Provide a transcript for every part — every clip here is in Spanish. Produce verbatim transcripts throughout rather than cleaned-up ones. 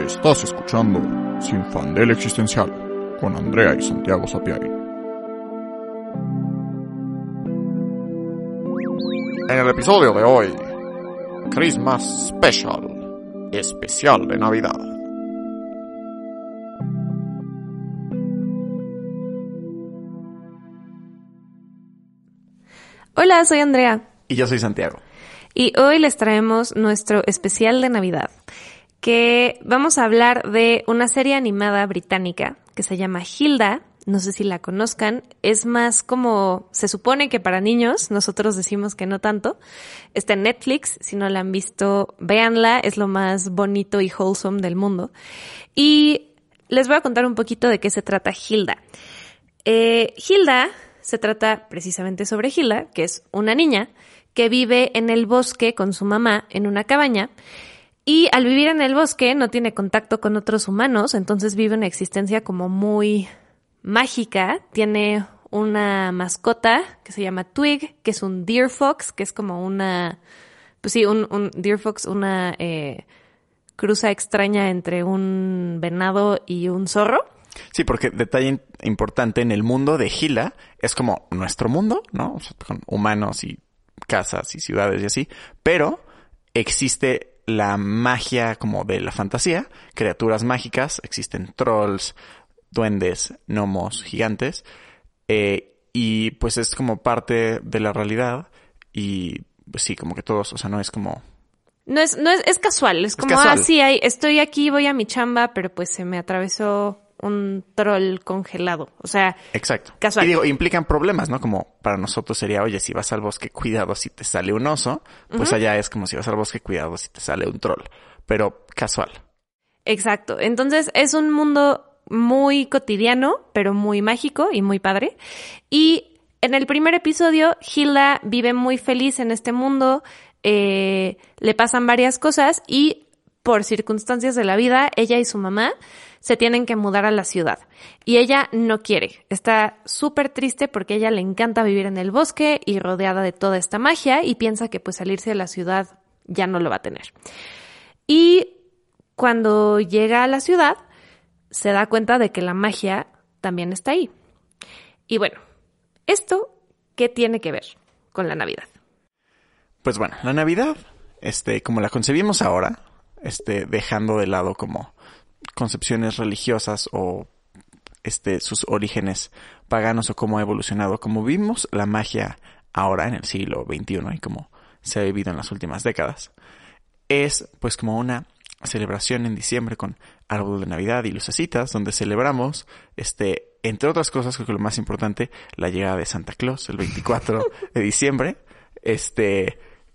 Estás escuchando Sin Fandel Existencial con Andrea y Santiago Sapiari. En el episodio de hoy, Christmas Special, especial de Navidad. Hola, soy Andrea. Y yo soy Santiago. Y hoy les traemos nuestro especial de Navidad, que vamos a hablar de una serie animada británica que se llama Hilda. No sé si la conozcan. Es más como, se supone que para niños, nosotros decimos que no tanto. Está en Netflix, si no la han visto, véanla, es lo más bonito y wholesome del mundo. Y les voy a contar un poquito de qué se trata Hilda. Eh, Hilda se trata precisamente sobre Hilda, que es una niña que vive en el bosque con su mamá en una cabaña. Y al vivir en el bosque no tiene contacto con otros humanos, entonces vive una existencia como muy mágica. Tiene una mascota que se llama Twig, que es un deer fox, que es como una, pues sí, un, un deer fox, una eh, cruza extraña entre un venado y un zorro. Sí, porque detalle importante, en el mundo de Hilda es como nuestro mundo, ¿no? O sea, con humanos y casas y ciudades y así, pero existe la magia como de la fantasía, criaturas mágicas, existen trolls, duendes, gnomos, gigantes, eh, y pues es como parte de la realidad y pues sí, como que todos, o sea, no es como... No es, no es, es casual, es, es como, casual. ah, sí, hay, estoy aquí, voy a mi chamba, pero pues se me atravesó un troll congelado, o sea... Exacto. Casual. Y digo, implican problemas, ¿no? Como para nosotros sería, oye, si vas al bosque, cuidado si te sale un oso, pues uh-huh. Allá es como si vas al bosque, cuidado si te sale un troll, pero casual. Exacto. Entonces es un mundo muy cotidiano, pero muy mágico y muy padre. Y en el primer episodio, Hilda vive muy feliz en este mundo, eh, le pasan varias cosas y por circunstancias de la vida, ella y su mamá se tienen que mudar a la ciudad. Y ella no quiere. Está súper triste porque a ella le encanta vivir en el bosque y rodeada de toda esta magia y piensa que pues salirse de la ciudad ya no lo va a tener. Y cuando llega a la ciudad, se da cuenta de que la magia también está ahí. Y bueno, ¿esto qué tiene que ver con la Navidad? Pues bueno, la Navidad, este, como la concebimos ahora, este, dejando de lado como concepciones religiosas o este sus orígenes paganos o cómo ha evolucionado, como vimos la magia ahora en el siglo veintiuno y como se ha vivido en las últimas décadas, es pues como una celebración en diciembre con árbol de Navidad y lucecitas, donde celebramos, este, entre otras cosas, creo que lo más importante, la llegada de Santa Claus el veinticuatro de diciembre, este,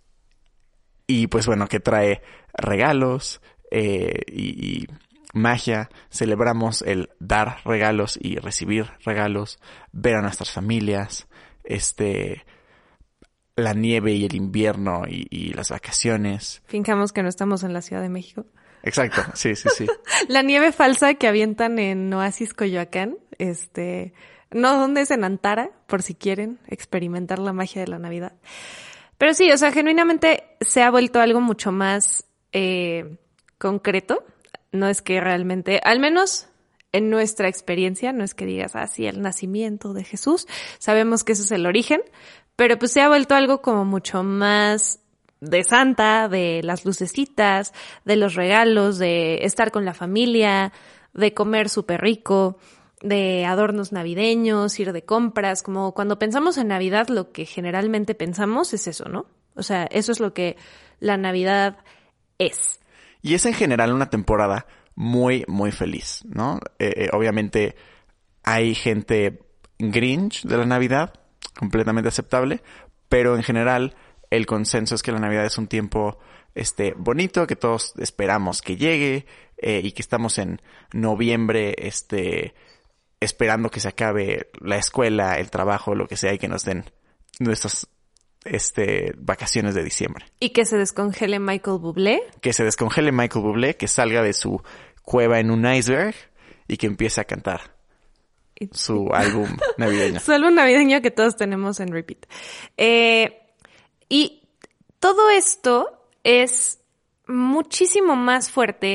y pues bueno, que trae regalos eh, y, y magia. Celebramos el dar regalos y recibir regalos, ver a nuestras familias, este, la nieve y el invierno y, y las vacaciones. Fingamos que no estamos en la Ciudad de México. Exacto, sí, sí, sí. La nieve falsa que avientan en Oasis Coyoacán, este, no, ¿dónde es? En Antara, por si quieren experimentar la magia de la Navidad. Pero sí, o sea, genuinamente se ha vuelto algo mucho más eh, concreto. No es que realmente, al menos en nuestra experiencia, no es que digas, ah, sí, el nacimiento de Jesús. Sabemos que ese es el origen, pero pues se ha vuelto algo como mucho más de Santa, de las lucecitas, de los regalos, de estar con la familia, de comer súper rico, de adornos navideños, ir de compras. Como cuando pensamos en Navidad, lo que generalmente pensamos es eso, ¿no? O sea, eso es lo que la Navidad es. Y es en general una temporada muy, muy feliz, ¿no? Eh, eh, obviamente hay gente Grinch de la Navidad, completamente aceptable, pero en general el consenso es que la Navidad es un tiempo este bonito, que todos esperamos que llegue eh, y que estamos en noviembre este esperando que se acabe la escuela, el trabajo, lo que sea, y que nos den nuestras este vacaciones de diciembre. Y que se descongele Michael Bublé. Que se descongele Michael Bublé, que salga de su cueva en un iceberg y que empiece a cantar su álbum navideño. Su álbum navideño que todos tenemos en repeat. Eh, y todo esto es muchísimo más fuerte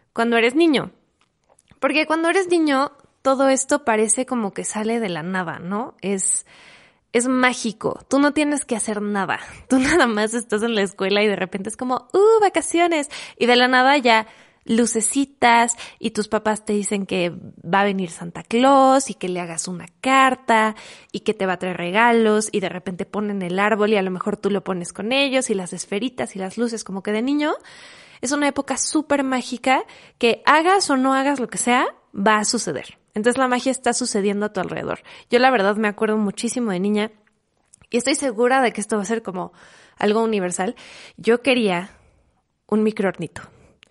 cuando eres niño. Porque cuando eres niño, todo esto parece como que sale de la nada, ¿no? Es, es mágico. Tú no tienes que hacer nada. Tú nada más estás en la escuela y de repente es como, ¡uh, vacaciones! Y de la nada ya lucecitas y tus papás te dicen que va a venir Santa Claus y que le hagas una carta y que te va a traer regalos y de repente ponen el árbol y a lo mejor tú lo pones con ellos y las esferitas y las luces, como que de niño es una época súper mágica que hagas o no hagas lo que sea, va a suceder. Entonces la magia está sucediendo a tu alrededor. Yo la verdad me acuerdo muchísimo de niña y estoy segura de que esto va a ser como algo universal. Yo quería un microornito.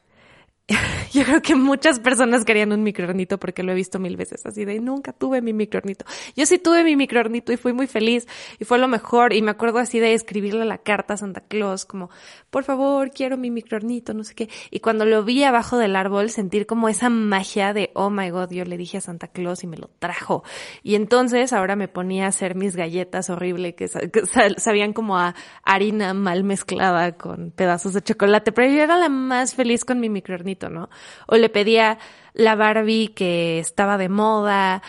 Yo creo que muchas personas querían un microornito porque lo he visto mil veces así de nunca tuve mi microornito. Yo sí tuve mi microornito y fui muy feliz y fue lo mejor y me acuerdo así de escribirle la carta a Santa Claus como por favor quiero mi microornito, no sé qué. Y cuando lo vi abajo del árbol sentir como esa magia de oh my god, yo le dije a Santa Claus y me lo trajo. Y entonces ahora me ponía a hacer mis galletas horrible que, que sabían como a harina mal mezclada con pedazos de chocolate, pero yo era la más feliz con mi microornito, ¿no? O le pedía la Barbie que estaba de moda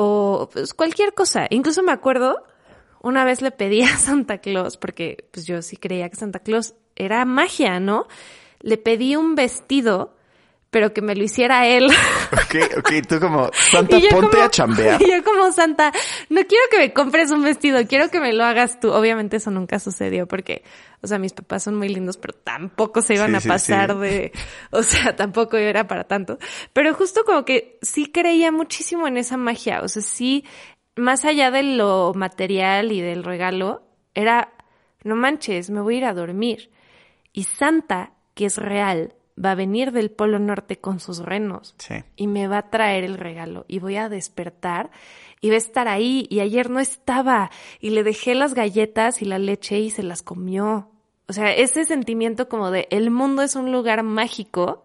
o pues cualquier cosa. Incluso me acuerdo, una vez le pedí a Santa Claus, porque pues yo sí creía que Santa Claus era magia, ¿no? Le pedí un vestido, pero que me lo hiciera él. Ok, ok, tú como, Santa, ponte como, a chambear. Y yo como, Santa, no quiero que me compres un vestido, quiero que me lo hagas tú. Obviamente eso nunca sucedió porque, o sea, mis papás son muy lindos, pero tampoco se iban sí, a sí, pasar sí. de, o sea, tampoco era para tanto. Pero justo como que sí creía muchísimo en esa magia, o sea, sí, más allá de lo material y del regalo, era, no manches, me voy a ir a dormir. Y Santa, que es real, va a venir del Polo Norte con sus renos Sí. y me va a traer el regalo y voy a despertar y va a estar ahí y ayer no estaba y le dejé las galletas y la leche y se las comió. O sea, ese sentimiento como de el mundo es un lugar mágico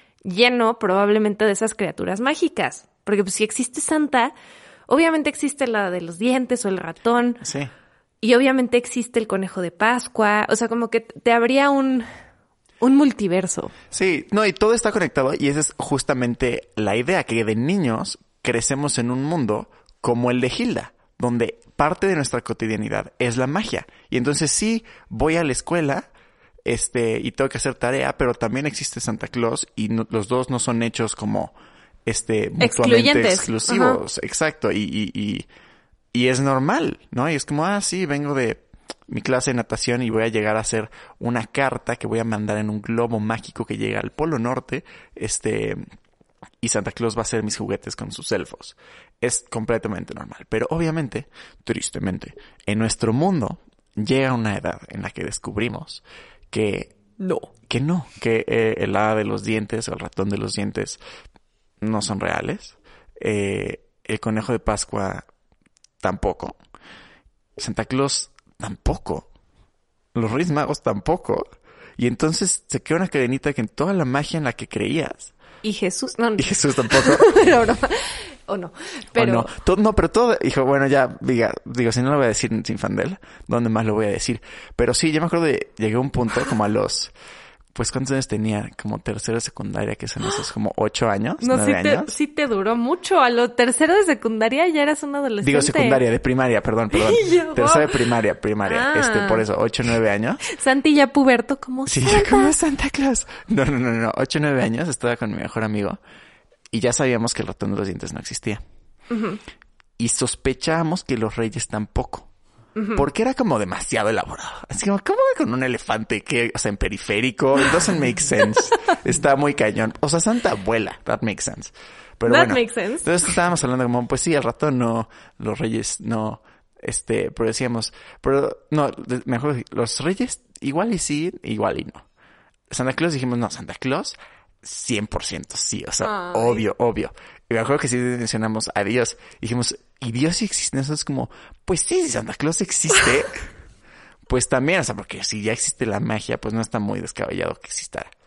lleno probablemente de esas criaturas mágicas. Porque pues si existe Santa, obviamente existe la de los dientes o el ratón. Sí. Y obviamente existe el conejo de Pascua. O sea, como que te habría un... un multiverso. Sí, no, y todo está conectado y esa es justamente la idea, que de niños crecemos en un mundo como el de Hilda, donde parte de nuestra cotidianidad es la magia. Y entonces sí, voy a la escuela este y tengo que hacer tarea, pero también existe Santa Claus y no, los dos no son hechos como este mutuamente exclusivos. Ajá. Exacto, y, y, y, y es normal, ¿no? Y es como, ah, sí, vengo de mi clase de natación y voy a llegar a hacer una carta que voy a mandar en un globo mágico que llega al Polo Norte, este, y Santa Claus va a hacer mis juguetes con sus elfos. Es completamente normal. Pero obviamente, tristemente, en nuestro mundo llega una edad en la que descubrimos que no, que no, que eh, el hada de los dientes o el ratón de los dientes no son reales. Eh, el conejo de Pascua tampoco. Santa Claus tampoco. Los Reyes Magos tampoco. Y entonces se queda una cadenita que en toda la magia en la que creías. Y Jesús, no. Y Jesús tampoco. Pero broma. O no. Pero... O no. Todo, no, pero todo, hijo, bueno, ya, diga, digo, si no lo voy a decir sin Fandel, ¿dónde más lo voy a decir? Pero sí, yo me acuerdo de, llegué a un punto como a los, pues, ¿cuántos años tenía? Como tercero de secundaria, que son esos como ocho años, no, nueve sí te, años. sí te duró mucho. A lo tercero de secundaria ya eras un adolescente. Digo secundaria, de primaria, perdón, perdón. Yo... Tercera de primaria, primaria. Ah. Este, por eso, ocho, nueve años. Santi ya puberto como Sí, Santa. ya como Santa Claus. No, no, no, no. Ocho, nueve años, estaba con mi mejor amigo. Y ya sabíamos que el ratón de los dientes no existía. Uh-huh. Y sospechábamos que los reyes tampoco. Uh-huh. Porque era como demasiado elaborado. Así como, ¿cómo con un elefante que, o sea, en periférico? It doesn't make sense. Está muy cañón. O sea, Santa vuela. That makes sense. Pero That bueno, makes sense. Entonces estábamos hablando como, pues sí, el ratón no, los reyes no, este, pero decíamos, pero no, mejor decir, los reyes igual y sí, igual y no. Santa Claus dijimos, no, Santa Claus cien por ciento sí, o sea, Ay. obvio, obvio. Y me acuerdo que sí mencionamos a Dios. Dijimos, ¿y Dios sí existe? Nosotros como, pues sí, si Santa Claus existe, pues también, o sea, porque si ya existe la magia, pues no está muy descabellado que existara.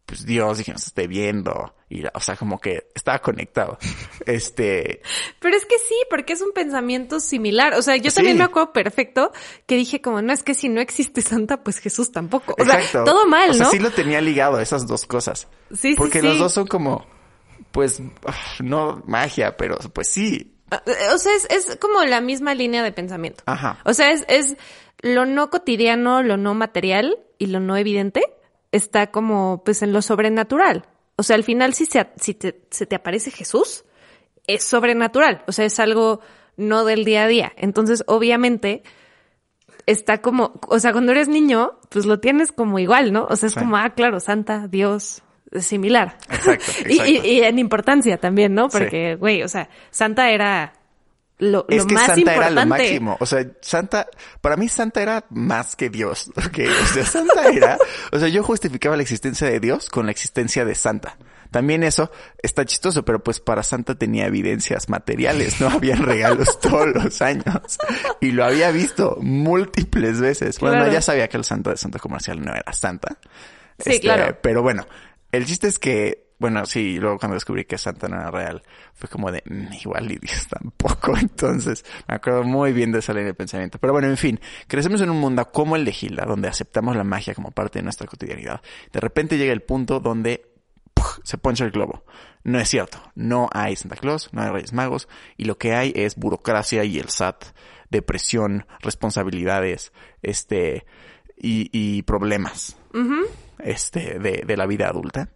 pues Dios y que nos esté viendo. Y, o sea, como que estaba conectado. Este... Pero es que sí, porque es un pensamiento similar. O sea, yo Sí. también me acuerdo perfecto que dije como, no, es que si no existe Santa, pues Jesús tampoco. O Exacto. sea, todo mal, O sea, ¿no? sí lo tenía ligado, esas dos cosas. Sí, sí, Porque sí. los dos son como, pues, no magia, pero pues sí. O sea, es, es como la misma línea de pensamiento. Ajá. O sea, es, es lo no cotidiano, lo no material y lo no evidente está como pues en lo sobrenatural. O sea, al final si, se, si te, se te aparece Jesús, es sobrenatural. O sea, es algo no del día a día. Entonces, obviamente, está como, o sea, cuando eres niño, pues lo tienes como igual, ¿no? O sea, es Sí. como, ah, claro, Santa, Dios, es similar. Exacto, y, exacto. y, y en importancia también, ¿no? Sí. Porque, güey, o sea, Santa era lo, Es lo que más Santa importante. era lo máximo. O sea, Santa, para mí Santa era más que Dios. ¿Ok? O sea, Santa era, o sea, yo justificaba la existencia de Dios con la existencia de Santa. También eso está chistoso, pero pues para Santa tenía evidencias materiales, ¿no? Habían regalos todos los años. Y lo había visto múltiples veces. Bueno, Claro. ya sabía que el Santa de Santa Comercial no era Santa. Sí, claro. Pero bueno, el chiste es que, bueno, sí, luego cuando descubrí que Santa no era real, fue como de, mm, igual y Dios tampoco. Entonces, me acuerdo muy bien de esa línea de pensamiento. Pero bueno, en fin, crecemos en un mundo como el de Hilda, donde aceptamos la magia como parte de nuestra cotidianidad. De repente llega el punto donde ¡puf!, se poncha el globo. No es cierto. No hay Santa Claus, no hay Reyes Magos, y lo que hay es burocracia y el S A T, depresión, responsabilidades, este, y, y problemas. Ujú. Este, de, de la vida adulta.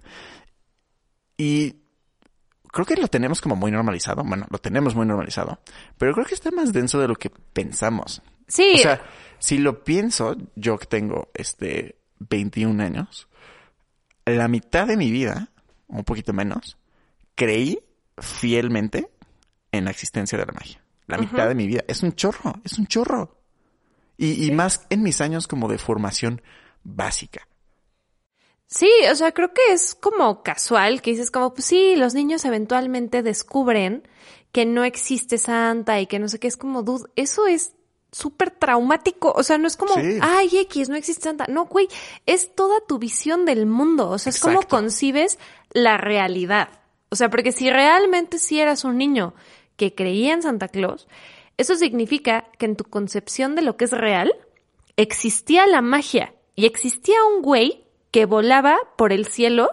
Y creo que lo tenemos como muy normalizado. Bueno, lo tenemos muy normalizado. Pero creo que está más denso de lo que pensamos. Sí. O sea, si lo pienso, yo que tengo, este, veintiún años, la mitad de mi vida, un poquito menos, creí fielmente en la existencia de la magia. La Ujú. mitad de mi vida. Es un chorro, es un chorro. Y, y más en mis años como de formación básica. Sí, o sea, creo que es como casual, que dices como, pues sí, los niños eventualmente descubren que no existe Santa y que no sé qué, es como, dude, eso es súper traumático, o sea, no es como, Sí. ay, X, no existe Santa, no, güey, es toda tu visión del mundo, o sea, es como Exacto. concibes la realidad, o sea, porque si realmente sí eras un niño que creía en Santa Claus, eso significa que en tu concepción de lo que es real, existía la magia y existía un güey que volaba por el cielo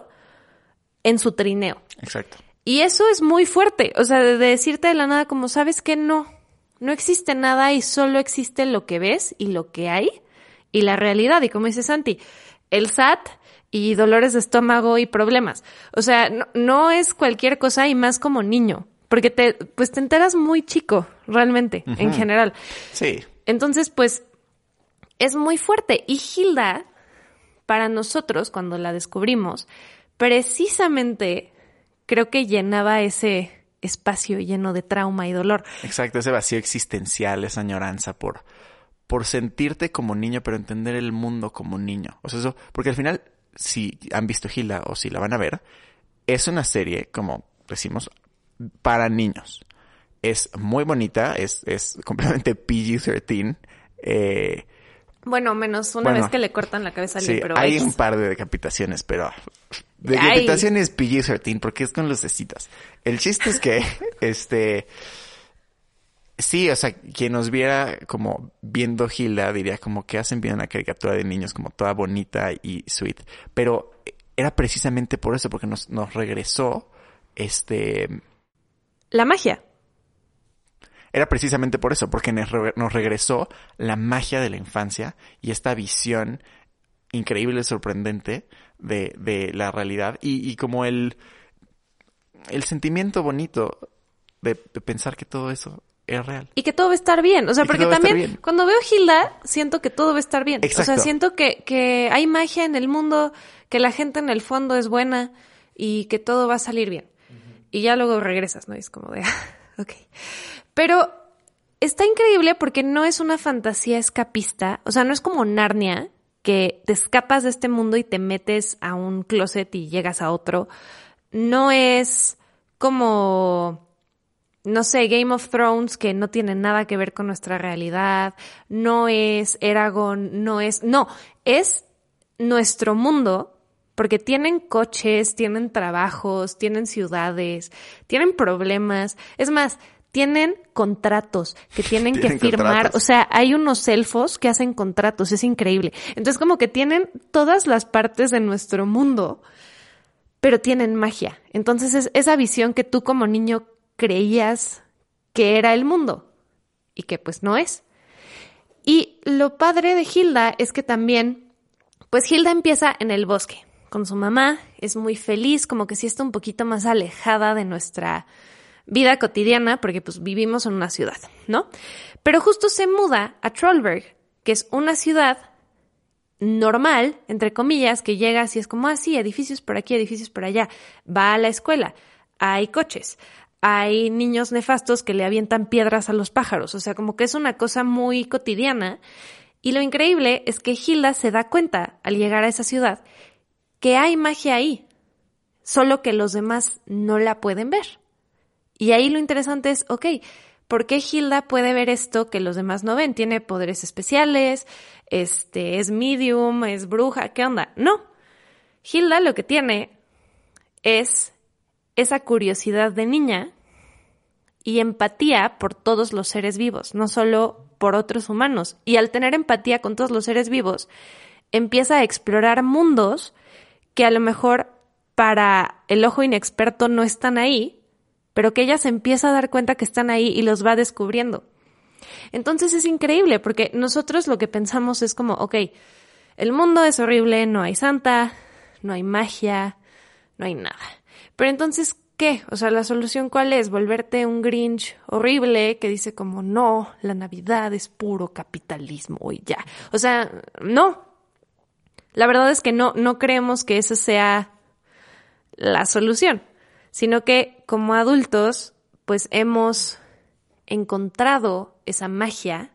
en su trineo. Exacto. Y eso es muy fuerte, o sea, de decirte de la nada como, ¿sabes qué? No, no existe nada y solo existe lo que ves y lo que hay y la realidad. Y como dice Santi, el S A T y dolores de estómago y problemas. O sea, no, no es cualquier cosa y más como niño, porque te, pues te enteras muy chico, realmente, uh-huh. en general. Sí. Entonces, pues, es muy fuerte. Y Hilda, para nosotros, cuando la descubrimos, precisamente creo que llenaba ese espacio lleno de trauma y dolor. Exacto, ese vacío existencial, esa añoranza por, por sentirte como niño, pero entender el mundo como niño. O sea, eso, porque al final, si han visto Hilda o si la van a ver, es una serie, como decimos, para niños. Es muy bonita, es, es completamente P G trece, eh... Bueno, menos una bueno, vez que le cortan la cabeza a alguien, sí, pero hay X. un par de decapitaciones, pero decapitaciones P G trece porque es con lucecitas. El chiste es que, este, sí, o sea, quien nos viera como viendo Hilda diría como que hacen bien una caricatura de niños como toda bonita y sweet, pero era precisamente por eso, porque nos, nos regresó, este... la magia. Era precisamente por eso, porque nos regresó la magia de la infancia y esta visión increíble, sorprendente de, de la realidad y, y como el, el sentimiento bonito de, de pensar que todo eso es real. Y que todo va a estar bien. O sea, porque también cuando veo Hilda siento que todo va a estar bien. Exacto. O sea, siento que, que hay magia en el mundo, que la gente en el fondo es buena y que todo va a salir bien. Uh-huh. Y ya luego regresas, ¿no? Y es como de, ok. Pero está increíble porque no es una fantasía escapista. O sea, no es como Narnia, que te escapas de este mundo y te metes a un closet y llegas a otro. No es como, no sé, Game of Thrones, que no tiene nada que ver con nuestra realidad. No es Eragon, no es... No, es nuestro mundo porque tienen coches, tienen trabajos, tienen ciudades, tienen problemas. Es más, tienen contratos que tienen que Tienen firmar. contratos. O sea, hay unos elfos que hacen contratos. Es increíble. Entonces, como que tienen todas las partes de nuestro mundo, pero tienen magia. Entonces, es esa visión que tú como niño creías que era el mundo y que pues no es. Y lo padre de Hilda es que también, pues Hilda empieza en el bosque con su mamá, es muy feliz, como que sí está un poquito más alejada de nuestra vida cotidiana, porque pues vivimos en una ciudad, ¿no? Pero justo se muda a Trollberg, que es una ciudad normal, entre comillas, que llega así, es como así, edificios por aquí, edificios por allá. Va a la escuela, hay coches, hay niños nefastos que le avientan piedras a los pájaros, o sea, como que es una cosa muy cotidiana. Y lo increíble es que Hilda se da cuenta, al llegar a esa ciudad, que hay magia ahí, solo que los demás no la pueden ver. Y ahí lo interesante es, ok, ¿por qué Hilda puede ver esto que los demás no ven? Tiene poderes especiales, este, es medium, es bruja, ¿qué onda? No. Hilda lo que tiene es esa curiosidad de niña y empatía por todos los seres vivos, no solo por otros humanos. Y al tener empatía con todos los seres vivos, empieza a explorar mundos que a lo mejor para el ojo inexperto no están ahí, pero que ella se empieza a dar cuenta que están ahí y los va descubriendo. Entonces es increíble porque nosotros lo que pensamos es como, ok, el mundo es horrible, no hay santa, no hay magia, no hay nada. Pero entonces, ¿qué? O sea, ¿la solución cuál es? ¿Volverte un Grinch horrible que dice como, no, la Navidad es puro capitalismo y ya? O sea, no. La verdad es que no, no creemos que esa sea la solución, sino que como adultos, pues hemos encontrado esa magia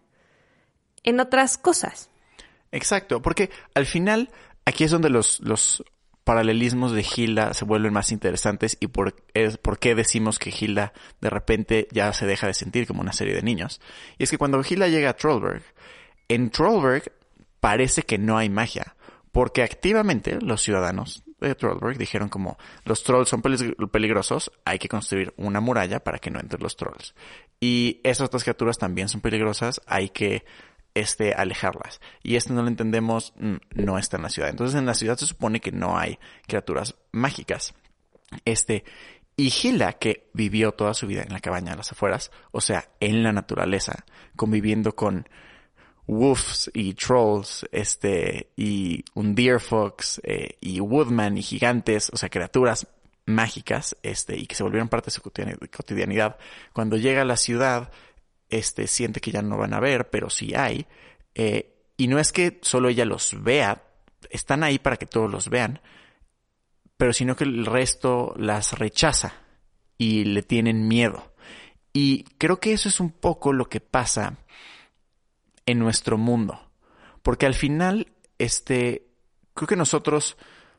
en otras cosas. Exacto, porque al final aquí es donde los, los paralelismos de Hilda se vuelven más interesantes y por, es, por qué decimos que Hilda de repente ya se deja de sentir como una serie de niños. Y es que cuando Hilda llega a Trollberg, en Trollberg parece que no hay magia, porque activamente los ciudadanos de Trollberg dijeron como los trolls son peligrosos, hay que construir una muralla para que no entren los trolls. Y esas otras criaturas también son peligrosas, hay que este alejarlas. Y esto no lo entendemos, no está en la ciudad. Entonces en la ciudad se supone que no hay criaturas mágicas. Este, y Hilda, que vivió toda su vida en la cabaña de las afueras, o sea, en la naturaleza, conviviendo con wolves y trolls, este, y un deer fox, eh, y woodman y gigantes, o sea, criaturas mágicas, este, y que se volvieron parte de su cotidianidad. Cuando llega a la ciudad, este, siente que ya no van a ver, pero sí hay, eh, y no es que solo ella los vea, están ahí para que todos los vean, pero sino que el resto las rechaza y le tienen miedo. Y creo que eso es un poco lo que pasa en nuestro mundo, porque al final, este, creo que nosotros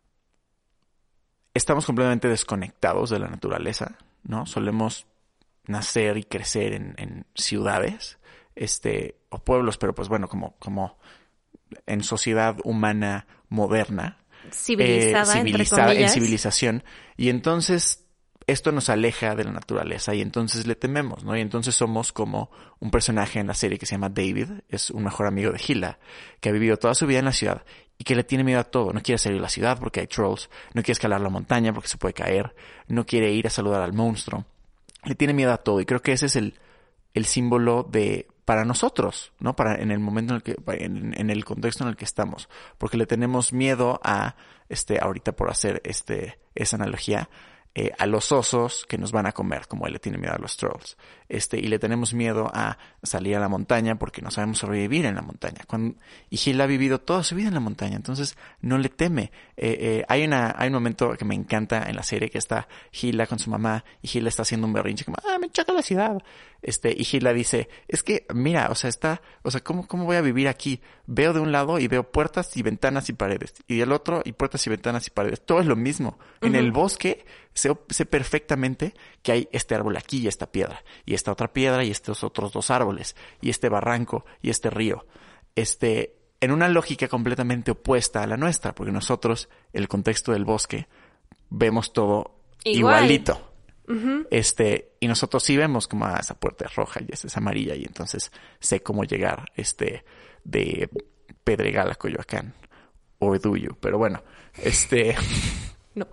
estamos completamente desconectados de la naturaleza, ¿no? Solemos nacer y crecer en, en ciudades, este, o pueblos, pero pues bueno, como, como en sociedad humana moderna, civilizada, eh, civilizada entre en civilización, y entonces esto nos aleja de la naturaleza y entonces le tememos, ¿no? Y entonces somos como un personaje en la serie que se llama David, es un mejor amigo de Hilda, que ha vivido toda su vida en la ciudad y que le tiene miedo a todo. No quiere salir de la ciudad porque hay trolls, no quiere escalar la montaña porque se puede caer, no quiere ir a saludar al monstruo. Le tiene miedo a todo y creo que ese es el, el símbolo de, para nosotros, ¿no? Para, en el momento en el que, en, en el contexto en el que estamos. Porque le tenemos miedo a, este, ahorita por hacer este, esa analogía, Eh, a los osos que nos van a comer, como él le tiene miedo a los trolls. Este, y le tenemos miedo a salir a la montaña porque no sabemos sobrevivir en la montaña. Cuando, y Hilda ha vivido toda su vida en la montaña, entonces no le teme. Eh, eh, hay una, hay un momento que me encanta en la serie que está Hilda con su mamá y Hilda está haciendo un berrinche como, ah, me choca la ciudad. Este, y Hilda dice, es que, mira, o sea, está, o sea, ¿cómo, cómo voy a vivir aquí? Veo de un lado y veo puertas y ventanas y paredes. Y del otro, y puertas y ventanas y paredes. Todo es lo mismo. Uh-huh. En el bosque, Sé, sé perfectamente que hay este árbol aquí y esta piedra, y esta otra piedra y estos otros dos árboles, y este barranco y este río. Este, en una lógica completamente opuesta a la nuestra, porque nosotros, el contexto del bosque, vemos todo Igual. igualito. Uh-huh. Este, y nosotros sí vemos como ah, esa puerta es roja y esa es amarilla, y entonces sé cómo llegar, este, de Pedregal a Coyoacán o Edullo, pero bueno, este... No.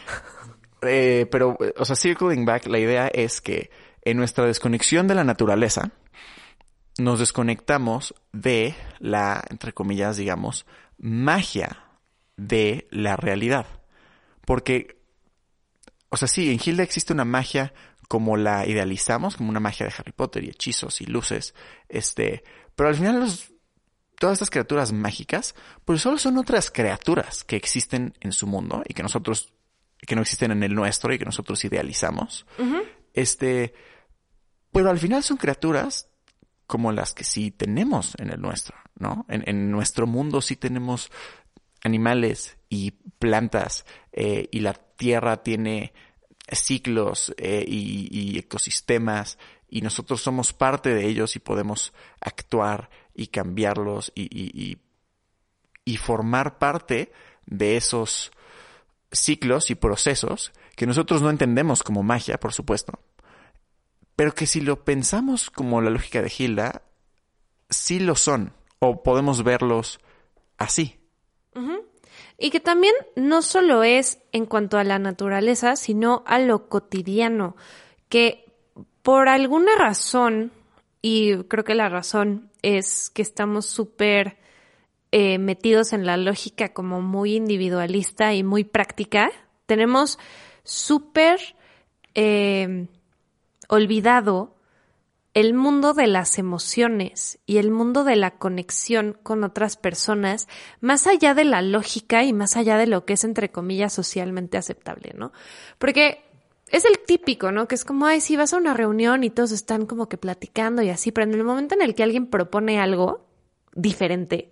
eh, pero, o sea, circling back, la idea es que en nuestra desconexión de la naturaleza, nos desconectamos de la, entre comillas, digamos, magia de la realidad. Porque, o sea, sí, en Hilda existe una magia como la idealizamos, como una magia de Harry Potter y hechizos y luces, este, pero al final los, todas estas criaturas mágicas, pues solo son otras criaturas que existen en su mundo y que nosotros, que no existen en el nuestro y que nosotros idealizamos. Uh-huh. Este, pero al final son criaturas como las que sí tenemos en el nuestro, ¿no? En, en nuestro mundo sí tenemos animales y plantas, eh, y la tierra tiene ciclos eh, y, y ecosistemas, y nosotros somos parte de ellos y podemos actuar y cambiarlos y, y, y, y formar parte de esos ciclos y procesos que nosotros no entendemos como magia, por supuesto, pero que si lo pensamos como la lógica de Hilda, sí lo son, o podemos verlos así. Uh-huh. Y que también no solo es en cuanto a la naturaleza, sino a lo cotidiano, que por alguna razón, y creo que la razón es que estamos súper eh, metidos en la lógica como muy individualista y muy práctica, tenemos súper eh, olvidado el mundo de las emociones y el mundo de la conexión con otras personas, más allá de la lógica y más allá de lo que es, entre comillas, socialmente aceptable, ¿no? Porque es el típico, ¿no? Que es como, ay, sí, vas a una reunión y todos están como que platicando y así, pero en el momento en el que alguien propone algo diferente,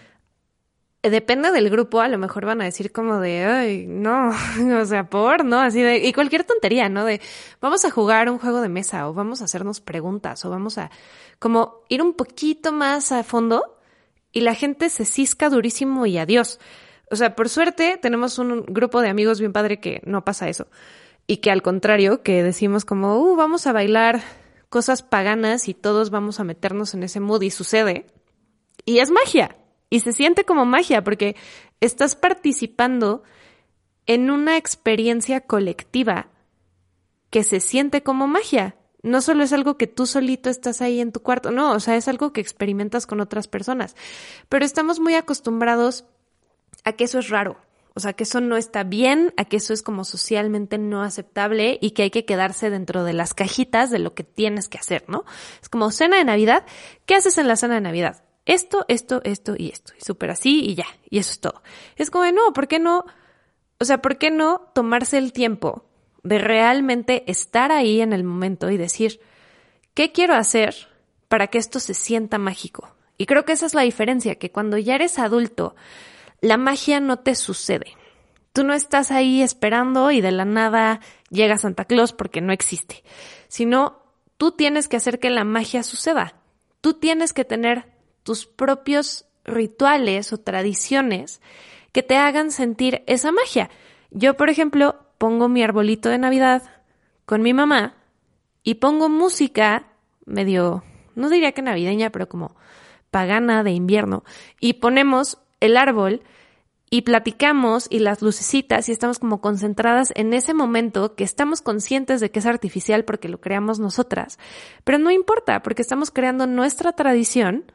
depende del grupo, a lo mejor van a decir como de, ay, no, o sea, por, ¿no? Así de, y cualquier tontería, ¿no? De, vamos a jugar un juego de mesa o vamos a hacernos preguntas o vamos a como ir un poquito más a fondo y la gente se cisca durísimo y adiós. O sea, por suerte tenemos un grupo de amigos bien padre que no pasa eso y que al contrario, que decimos como, uh, vamos a bailar cosas paganas y todos vamos a meternos en ese mood y sucede y es magia. Y se siente como magia porque estás participando en una experiencia colectiva que se siente como magia. No solo es algo que tú solito estás ahí en tu cuarto, no, o sea, es algo que experimentas con otras personas. Pero estamos muy acostumbrados a que eso es raro, o sea, que eso no está bien, a que eso es como socialmente no aceptable y que hay que quedarse dentro de las cajitas de lo que tienes que hacer, ¿no? Es como cena de Navidad, ¿qué haces en la cena de Navidad? Esto, esto, esto y esto. Y súper así y ya. Y eso es todo. Es como, no, ¿por qué no? O sea, ¿por qué no tomarse el tiempo de realmente estar ahí en el momento y decir, ¿qué quiero hacer para que esto se sienta mágico? Y creo que esa es la diferencia, que cuando ya eres adulto, la magia no te sucede. Tú no estás ahí esperando y de la nada llega Santa Claus porque no existe. Sino, tú tienes que hacer que la magia suceda. Tú tienes que tener tus propios rituales o tradiciones que te hagan sentir esa magia. Yo, por ejemplo, pongo mi arbolito de Navidad con mi mamá y pongo música medio, no diría que navideña, pero como pagana de invierno. Y ponemos el árbol y platicamos y las lucecitas y estamos como concentradas en ese momento que estamos conscientes de que es artificial porque lo creamos nosotras. Pero no importa porque estamos creando nuestra tradición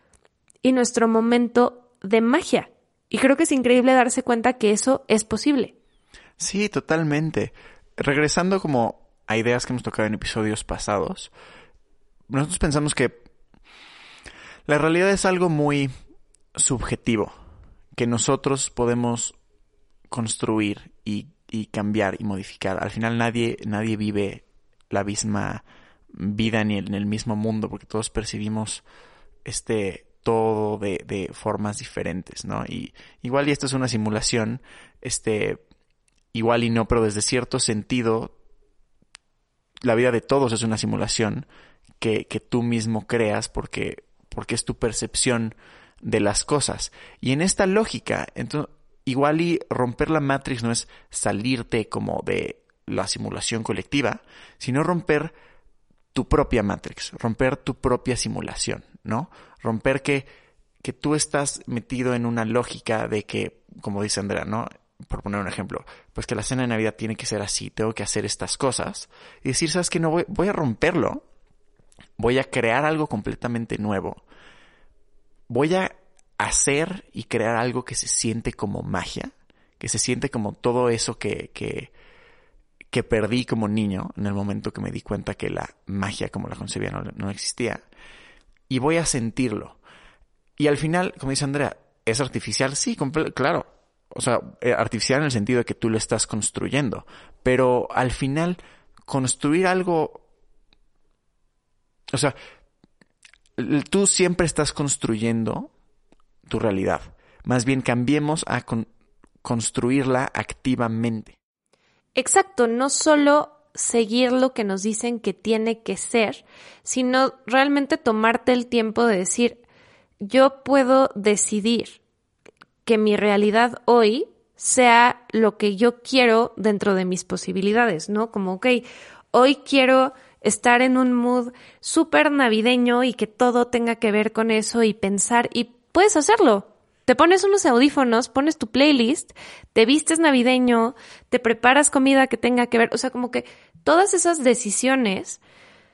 y nuestro momento de magia. Y creo que es increíble darse cuenta que eso es posible. Sí, totalmente. Regresando como a ideas que hemos tocado en episodios pasados, nosotros pensamos que la realidad es algo muy subjetivo, que nosotros podemos construir y, y cambiar y modificar. Al final nadie, nadie vive la misma vida ni en el mismo mundo, porque todos percibimos este... todo de, de formas diferentes, ¿no? Y igual y esto es una simulación, este, igual y no, pero desde cierto sentido, la vida de todos es una simulación que, que tú mismo creas porque, porque es tu percepción de las cosas. Y en esta lógica, entonces, igual y romper la Matrix no es salirte como de la simulación colectiva, sino romper tu propia Matrix, romper tu propia simulación, ¿no? Romper que, que tú estás metido en una lógica de que, como dice Andrea, ¿no? Por poner un ejemplo, pues que la cena de Navidad tiene que ser así, tengo que hacer estas cosas. Y decir, ¿sabes qué? No voy, voy a romperlo, voy a crear algo completamente nuevo. Voy a hacer y crear algo que se siente como magia, que se siente como todo eso que, que, que perdí como niño en el momento que me di cuenta que la magia como la concebía no, no existía. Y voy a sentirlo. Y al final, como dice Andrea, ¿es artificial? Sí, comple- claro. O sea, artificial en el sentido de que tú lo estás construyendo. Pero al final, construir algo... O sea, tú siempre estás construyendo tu realidad. Más bien cambiemos a con- construirla activamente. Exacto, no solo seguir lo que nos dicen que tiene que ser, sino realmente tomarte el tiempo de decir, yo puedo decidir que mi realidad hoy sea lo que yo quiero dentro de mis posibilidades, ¿no? Como, ok, hoy quiero estar en un mood súper navideño y que todo tenga que ver con eso y pensar, y puedes hacerlo. Te pones unos audífonos, pones tu playlist, te vistes navideño, te preparas comida que tenga que ver, o sea, como que todas esas decisiones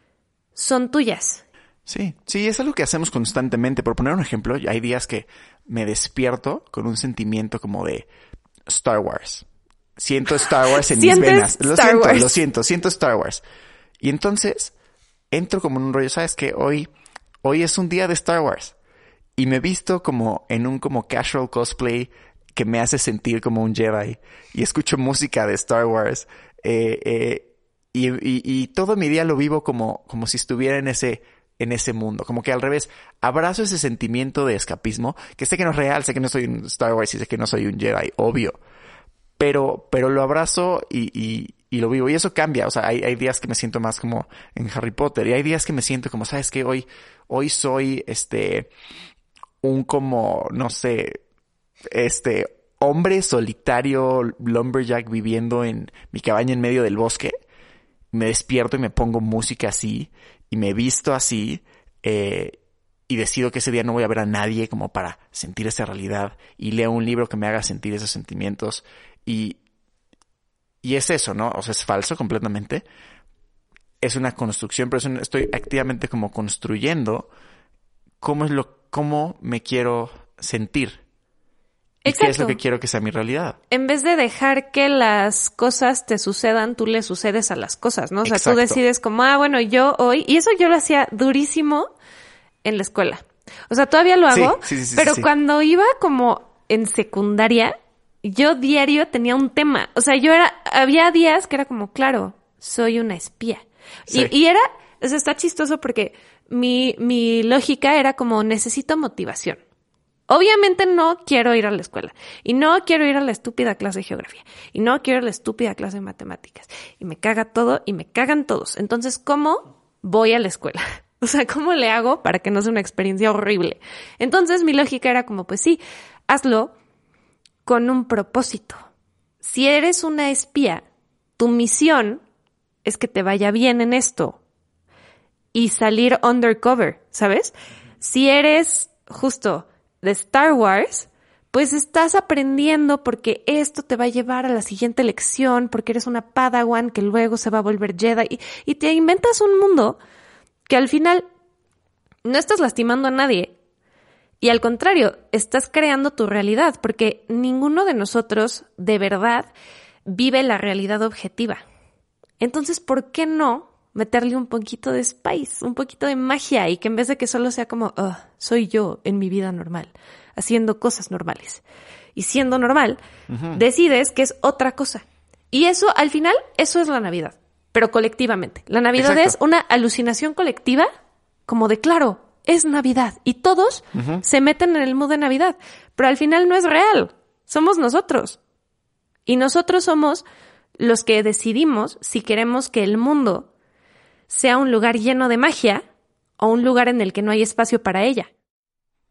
son tuyas. Sí, sí, es algo que hacemos constantemente. Por poner un ejemplo, hay días que me despierto con un sentimiento como de Star Wars. Siento Star Wars en mis venas. Lo Star siento, Wars. lo siento, siento Star Wars. Y entonces entro como en un rollo, ¿sabes qué? Hoy, hoy es un día de Star Wars. Y me he visto como en un como casual cosplay que me hace sentir como un Jedi. Y escucho música de Star Wars. Eh, eh, y, y, y todo mi día lo vivo como, como si estuviera en ese, en ese mundo. Como que al revés, abrazo ese sentimiento de escapismo, que sé que no es real, sé que no soy un Star Wars y sé que no soy un Jedi, obvio. Pero, pero lo abrazo y, y, y lo vivo. Y eso cambia. O sea, hay, hay días que me siento más como en Harry Potter. Y hay días que me siento como, ¿sabes qué? Hoy, hoy soy, este, un como, no sé, este, hombre solitario, lumberjack viviendo en mi cabaña en medio del bosque. Me despierto y me pongo música así. Y me visto así. Eh, y decido que ese día no voy a ver a nadie como para sentir esa realidad. Y leo un libro que me haga sentir esos sentimientos. Y, y es eso, ¿no? O sea, es falso completamente. Es una construcción, pero es un, estoy activamente como construyendo cómo es lo, cómo me quiero sentir. ¿Y Exacto. qué es lo que quiero que sea mi realidad? En vez de dejar que las cosas te sucedan, tú le sucedes a las cosas, ¿no? O sea, Exacto. tú decides como, ah, bueno, yo hoy... Y eso yo lo hacía durísimo en la escuela. O sea, todavía lo hago, Sí, sí, sí, sí, pero sí. cuando iba como en secundaria, yo diario tenía un tema. O sea, yo era... Había días que era como, claro, soy una espía. Sí. Y, y era... O sea, está chistoso porque mi, mi lógica era como, necesito motivación. Obviamente no quiero ir a la escuela y no quiero ir a la estúpida clase de geografía y no quiero ir a la estúpida clase de matemáticas y me caga todo y me cagan todos. Entonces, ¿cómo voy a la escuela? O sea, ¿cómo le hago para que no sea una experiencia horrible? Entonces, mi lógica era como, pues sí, hazlo con un propósito. Si eres una espía, tu misión es que te vaya bien en esto y salir undercover, ¿sabes? Si eres justo de Star Wars, pues estás aprendiendo porque esto te va a llevar a la siguiente lección, porque eres una Padawan que luego se va a volver Jedi y, y te inventas un mundo que al final no estás lastimando a nadie y al contrario, estás creando tu realidad porque ninguno de nosotros de verdad vive la realidad objetiva. Entonces, ¿por qué no meterle un poquito de spice, un poquito de magia y que en vez de que solo sea como, oh, soy yo en mi vida normal, haciendo cosas normales y siendo normal, uh-huh. decides que es otra cosa. Y eso, al final, eso es la Navidad, pero colectivamente. La Navidad Exacto. es una alucinación colectiva como de, claro, es Navidad y todos uh-huh. se meten en el mood de Navidad, pero al final no es real, somos nosotros. Y nosotros somos los que decidimos si queremos que el mundo sea un lugar lleno de magia o un lugar en el que no hay espacio para ella.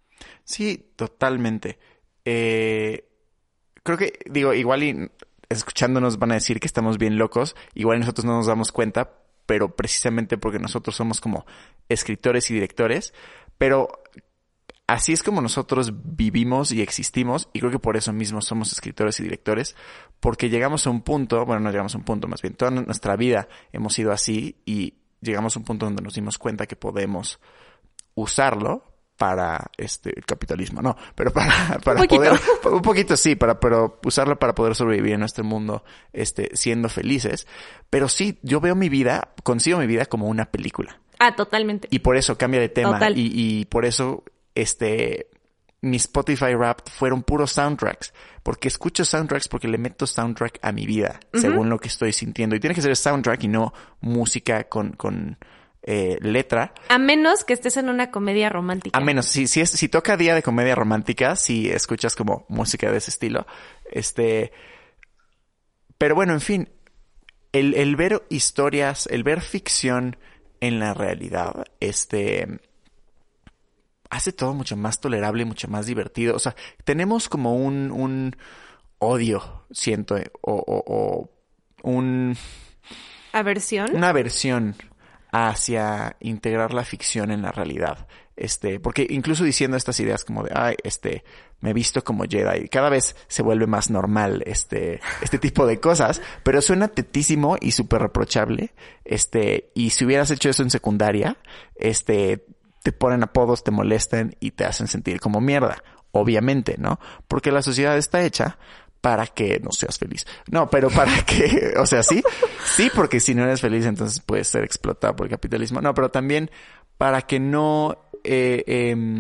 Sí, totalmente. Eh, creo que, digo, igual y escuchándonos van a decir que estamos bien locos. Igual nosotros no nos damos cuenta, pero precisamente porque nosotros somos como escritores y directores. Pero así es como nosotros vivimos y existimos. Y creo que por eso mismo somos escritores y directores. Porque llegamos a un punto, bueno, no llegamos a un punto, más bien toda nuestra vida hemos sido así. Y llegamos a un punto donde nos dimos cuenta que podemos usarlo para este el capitalismo, no, pero para para un poder un poquito sí, para pero usarlo para poder sobrevivir en nuestro mundo este siendo felices, pero sí, yo veo mi vida, concibo mi vida como una película. Ah, totalmente. Y por eso cambia de tema. Total. y y por eso este mi Spotify Wrapped fueron puros soundtracks, porque escucho soundtracks porque le meto soundtrack a mi vida, uh-huh. según lo que estoy sintiendo, y tiene que ser soundtrack y no música con con Eh, letra. A menos que estés en una comedia romántica. A menos, si, si, es, si toca día de comedia romántica, si escuchas como música de ese estilo. Este, pero bueno, en fin, el, el ver historias, el ver ficción en la realidad, este, hace todo mucho más tolerable y mucho más divertido. O sea, tenemos como un, un odio, siento, o, o, o un... ¿Aversión? Una aversión hacia integrar la ficción en la realidad. Este, porque incluso diciendo estas ideas como de, ay, este, me he visto como Jedi, cada vez se vuelve más normal este, este tipo de cosas, pero suena tetísimo y súper reprochable. Este, y si hubieras hecho eso en secundaria, este, te ponen apodos, te molestan y te hacen sentir como mierda. Obviamente, ¿no? Porque la sociedad está hecha para que no seas feliz. No, pero para que, o sea, sí, sí, porque si no eres feliz, entonces puedes ser explotado por el capitalismo. No, pero también para que no eh, eh,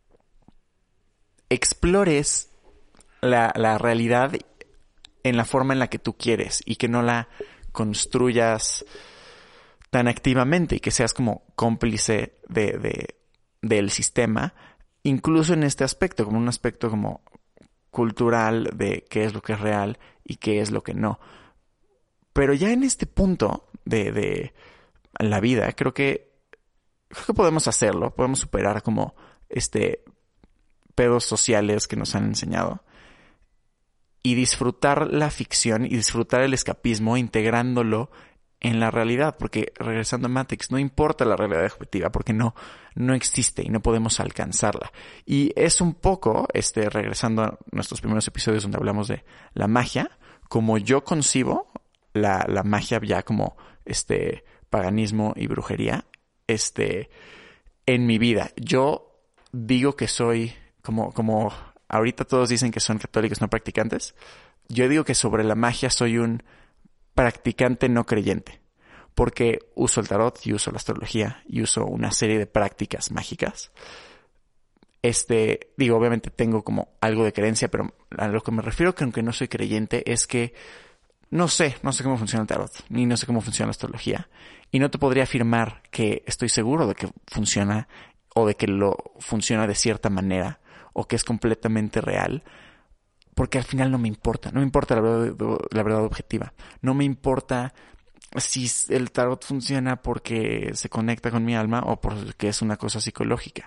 explores la, la realidad en la forma en la que tú quieres y que no la construyas tan activamente y que seas como cómplice de, de, del sistema, incluso en este aspecto, como un aspecto como cultural de qué es lo que es real y qué es lo que no. Pero ya en este punto de, de la vida, creo que creo que podemos hacerlo, podemos superar como este pedos sociales que nos han enseñado y disfrutar la ficción y disfrutar el escapismo integrándolo en la realidad, porque regresando a Matrix, no importa la realidad objetiva, porque no, no existe y no podemos alcanzarla. Y es un poco, este, regresando a nuestros primeros episodios donde hablamos de la magia, como yo concibo la, la magia ya como, este, paganismo y brujería, este, en mi vida. Yo digo que soy, como, como ahorita todos dicen que son católicos no practicantes, yo digo que sobre la magia soy un practicante no creyente, porque uso el tarot y uso la astrología y uso una serie de prácticas mágicas. Este, digo, obviamente tengo como algo de creencia, pero a lo que me refiero que aunque no soy creyente es que no sé, no sé cómo funciona el tarot, ni no sé cómo funciona la astrología, y no te podría afirmar que estoy seguro de que funciona o de que lo funciona de cierta manera o que es completamente real. Porque al final no me importa, no me importa la verdad, la verdad objetiva. No me importa si el tarot funciona porque se conecta con mi alma o porque es una cosa psicológica.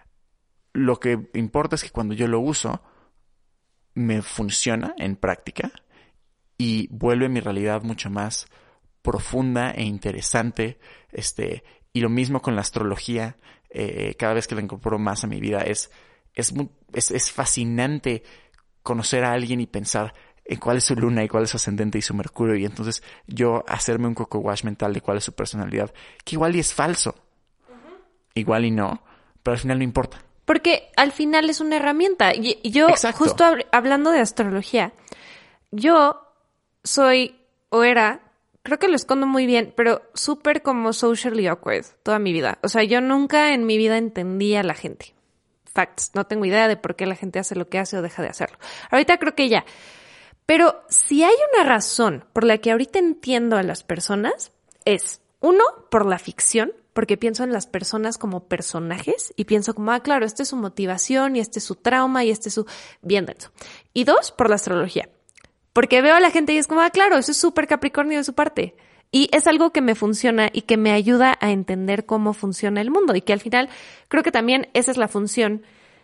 Lo que importa es que cuando yo lo uso, me funciona en práctica y vuelve mi realidad mucho más profunda e interesante. Este, y lo mismo con la astrología. Eh, cada vez que la incorporo más a mi vida es, es, es, es fascinante conocer a alguien y pensar en cuál es su luna y cuál es su ascendente y su mercurio, y entonces yo hacerme un coco wash mental de cuál es su personalidad, que igual y es falso, uh-huh. igual y no, pero al final no importa. Porque al final es una herramienta. Y yo, Exacto. justo hab- hablando de astrología, yo soy, o era, creo que lo escondo muy bien, pero súper como socially awkward toda mi vida. O sea, yo nunca en mi vida entendí a la gente. Facts. No tengo idea de por qué la gente hace lo que hace o deja de hacerlo. Ahorita creo que ya. Pero si hay una razón por la que ahorita entiendo a las personas, es, uno, por la ficción, porque pienso en las personas como personajes y pienso como, ah, claro, esta es su motivación y este es su trauma y este es su... bien denso. Y dos, por la astrología. Porque veo a la gente y es como, ah, claro, eso es súper Capricornio de su parte. Y es algo que me funciona y que me ayuda a entender cómo funciona el mundo y que al final creo que también esa es la función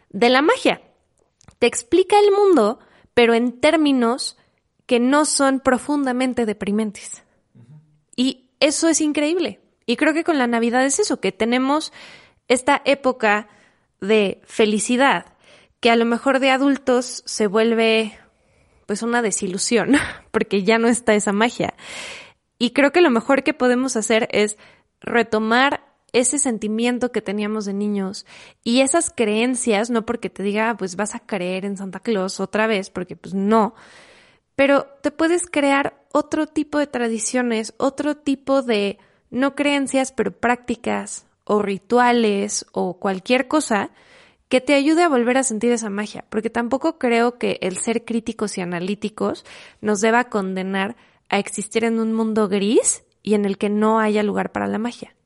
de la magia. Te explica el mundo, pero en términos que no son profundamente deprimentes. Uh-huh. Y eso es increíble. Y creo que con la Navidad es eso, que tenemos esta época de felicidad, que a lo mejor de adultos se vuelve pues una desilusión, porque ya no está esa magia. Y creo que lo mejor que podemos hacer es retomar ese sentimiento que teníamos de niños y esas creencias, no porque te diga, ah, pues vas a creer en Santa Claus otra vez, porque pues no, pero te puedes crear otro tipo de tradiciones, otro tipo de, no creencias, pero prácticas o rituales o cualquier cosa que te ayude a volver a sentir esa magia, porque tampoco creo que el ser críticos y analíticos nos deba condenar a existir en un mundo gris y en el que no haya lugar para la magia.